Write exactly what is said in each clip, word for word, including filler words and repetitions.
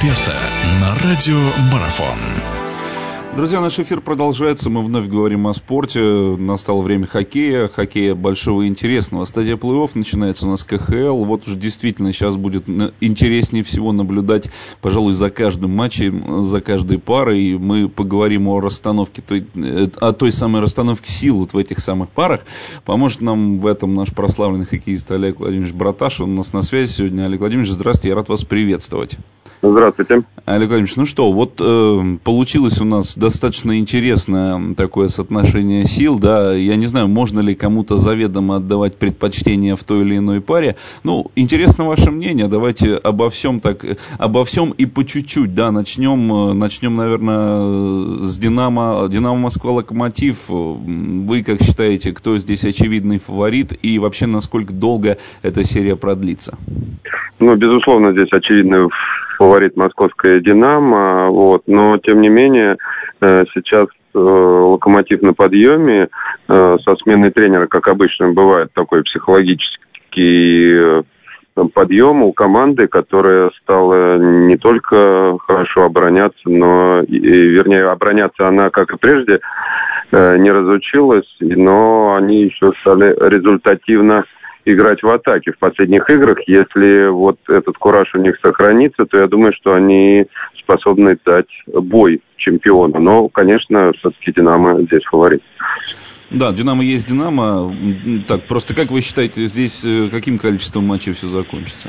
эксперта на радио Марафон. Друзья, наш эфир продолжается. Мы вновь говорим о спорте. Настало время хоккея. Хоккея большого и интересного. Стадия плей-офф начинается у нас ка ха эл. Вот уж действительно сейчас будет интереснее всего наблюдать, пожалуй, за каждым матчем, за каждой парой. И мы поговорим о расстановке, той, о той самой расстановке сил вот в этих самых парах. Поможет нам в этом наш прославленный хоккеист Олег Владимирович Браташ. Он у нас на связи сегодня. Олег Владимирович, здравствуйте. Я рад вас приветствовать. Здравствуйте. Олег Владимирович, ну что, вот э, получилось у нас достаточно интересное такое соотношение сил, да, я не знаю, можно ли кому-то заведомо отдавать предпочтение в той или иной паре. Ну, интересно ваше мнение, давайте обо всем так, обо всем и по чуть-чуть, да, начнем, начнем, наверное, с Динамо, Динамо Москва, Локомотив. Вы как считаете, кто здесь очевидный фаворит и вообще насколько долго эта серия продлится? Ну, безусловно, здесь очевидный фаворит московская «Динамо», вот, но, тем не менее, сейчас э, «Локомотив» на подъеме, э, со сменой тренера, как обычно бывает, такой психологический э, подъем у команды, которая стала не только хорошо обороняться, но, и, вернее, обороняться она, как и прежде, э, не разучилась, но они еще стали результативно играть в атаке в последних играх. Если вот этот кураж у них сохранится, то я думаю, что они способны дать бой чемпиону. Но, конечно, все-таки «Динамо» здесь фаворит. Да, «Динамо» есть «Динамо». Так, просто как вы считаете, здесь каким количеством матчей все закончится?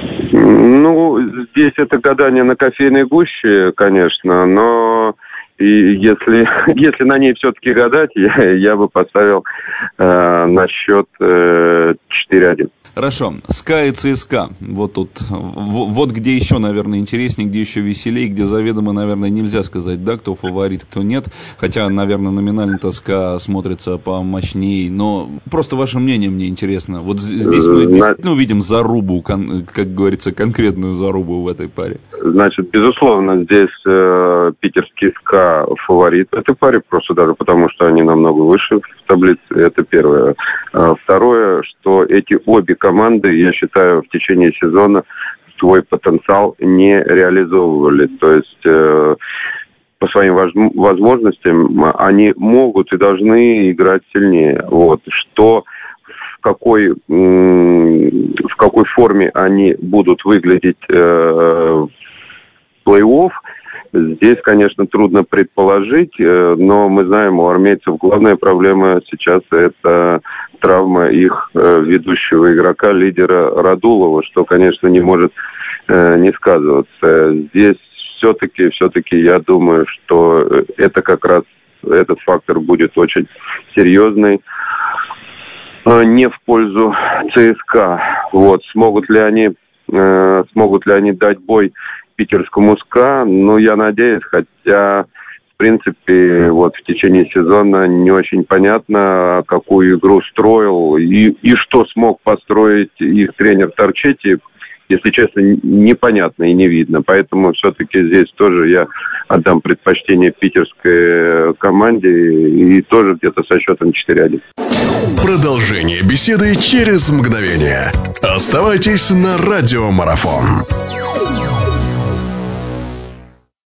Ну, здесь это гадание на кофейной гуще, конечно, но и если, если на ней все-таки гадать, я, я бы поставил э, на счет э, четыре один. Хорошо. СКА и ЦСКА. Вот тут. Вот где еще, наверное, интереснее, где еще веселее, где заведомо, наверное, нельзя сказать, да, кто фаворит, кто нет. Хотя, наверное, номинально-то СКА смотрится помощнее. Но просто ваше мнение мне интересно. Вот здесь мы действительно увидим зарубу, как говорится, конкретную зарубу в этой паре. Значит, безусловно, здесь э, питерский СКА фаворит в этой паре, просто даже потому, что они намного выше в таблице. Это первое. А второе, что эти обе команды, я считаю, в течение сезона свой потенциал не реализовывали. То есть э, по своим возможностям они могут и должны играть сильнее. Вот. Что в какой, в какой форме они будут выглядеть э, в плей-офф, здесь, конечно, трудно предположить, но мы знаем, у армейцев главная проблема сейчас – это травма их ведущего игрока, лидера Радулова, что, конечно, не может не сказываться. Здесь все-таки, все-таки я думаю, что это как раз, этот фактор будет очень серьезный, не в пользу ЦСКА. Вот, смогут ли они, смогут ли они дать бой питерскому СКА, ну, я надеюсь, хотя, в принципе, вот в течение сезона не очень понятно, какую игру строил и, и что смог построить их тренер Торчетти, если честно, непонятно и не видно. Поэтому все-таки здесь тоже я отдам предпочтение питерской команде и тоже где-то со счетом четыре один. Продолжение беседы через мгновение. Оставайтесь на радио Марафон.